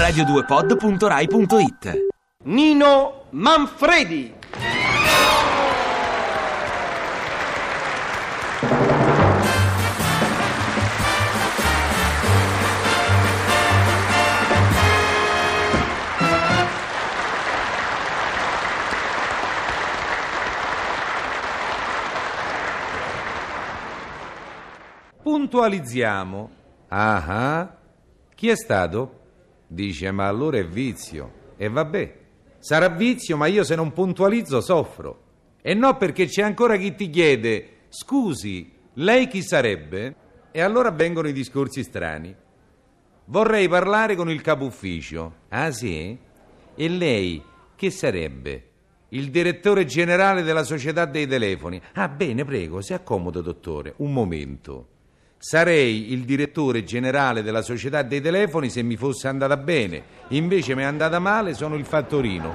radio2pod.rai.it. Nino Manfredi. Puntualizziamo. Ah, chi è stato? Dice, ma allora è vizio. E vabbè, sarà vizio, ma io se non puntualizzo soffro. E no, perché c'è ancora chi ti chiede, scusi, lei chi sarebbe? E allora vengono i discorsi strani. Vorrei parlare con il capo ufficio. Ah sì? E lei che sarebbe? Il direttore generale della società dei telefoni. Ah bene, prego, si accomoda, dottore. Un momento. Sarei il direttore generale della società dei telefoni se mi fosse andata bene. Invece mi è andata male, sono il fattorino.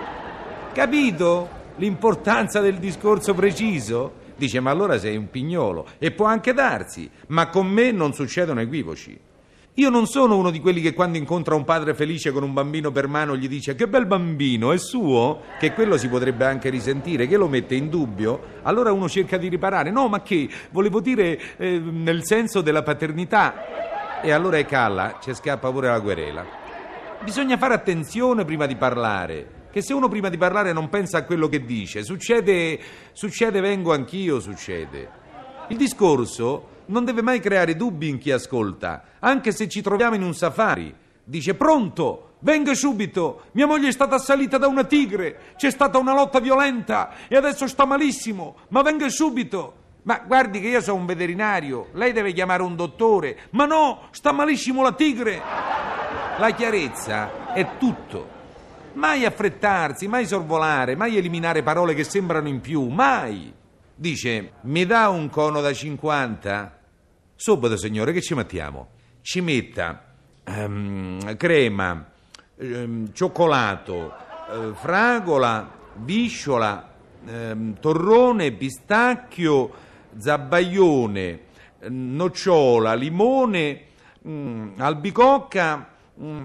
Capito l'importanza del discorso preciso? Dice, ma allora sei un pignolo. E può anche darsi, ma con me non succedono equivoci. Io non sono uno di quelli che quando incontra un padre felice con un bambino per mano gli dice che bel bambino, è suo? Che quello si potrebbe anche risentire, che lo mette in dubbio. Allora uno cerca di riparare. No, ma che? Volevo dire nel senso della paternità. E allora è calla, ci scappa pure la querela. Bisogna fare attenzione prima di parlare, che se uno prima di parlare non pensa a quello che dice, succede, vengo anch'io, succede. Il discorso non deve mai creare dubbi in chi ascolta, anche se ci troviamo in un safari. Dice, pronto, venga subito, mia moglie è stata assalita da una tigre, c'è stata una lotta violenta e adesso sta malissimo, ma venga subito. Ma guardi che io sono un veterinario, lei deve chiamare un dottore. Ma no, sta malissimo la tigre. La chiarezza è tutto. Mai affrettarsi, mai sorvolare, mai eliminare parole che sembrano in più, mai. Dice, mi dà un cono da 50? Subito, signore, che ci mettiamo? Ci metta crema, cioccolato, fragola, visciola, torrone, pistacchio, zabaione, nocciola, limone, albicocca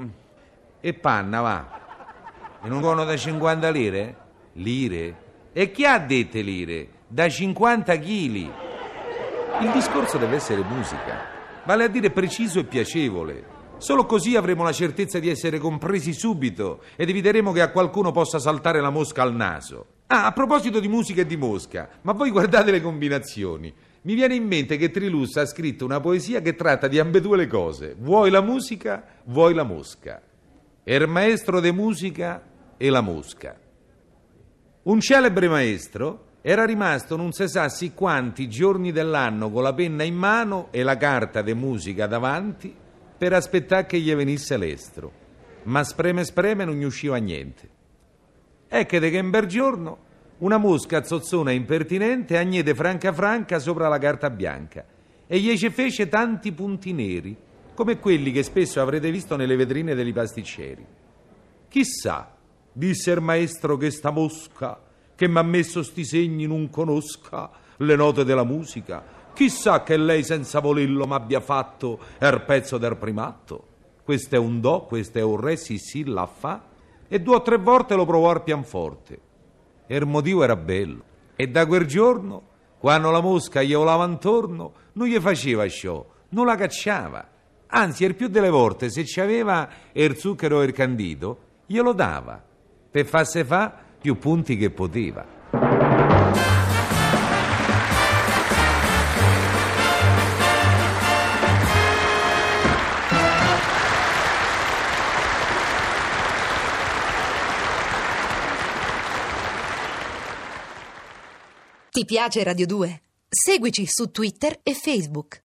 e panna, va. In un cono da 50 lire? Lire? E chi ha dette lire? Da 50 chili. Il discorso deve essere musica, vale a dire preciso e piacevole. Solo così avremo la certezza di essere compresi subito ed eviteremo che a qualcuno possa saltare la mosca al naso. Ah, a proposito di musica e di mosca, ma voi guardate le combinazioni. Mi viene in mente che Trilus ha scritto una poesia che tratta di ambedue le cose. Vuoi la musica, vuoi la mosca. Er maestro de musica e la mosca. Un celebre maestro era rimasto non si sa sì quanti giorni dell'anno con la penna in mano e la carta de musica davanti per aspettare che gli venisse l'estro. Ma spreme non gli usciva niente. Ecco che un bel giorno una mosca zozzona impertinente agnete franca sopra la carta bianca e gli ci fece tanti punti neri, come quelli che spesso avrete visto nelle vetrine dei pasticceri. Chissà, disse il maestro, che sta mosca che m'ha messo sti segni non conosca le note della musica. Chissà che lei senza volerlo m'abbia fatto er pezzo del primatto. Questo è un do, questo è un re, sì, la fa. E 2 o 3 volte lo provò al pianoforte. E il motivo era bello. E da quel giorno, quando la mosca gli volava intorno, non gli faceva ciò, non la cacciava. Anzi, il più delle volte, se c'aveva il zucchero o il candito, glielo dava. Per farse fa più punti che poteva. Ti piace Radio 2? Seguici su Twitter e Facebook.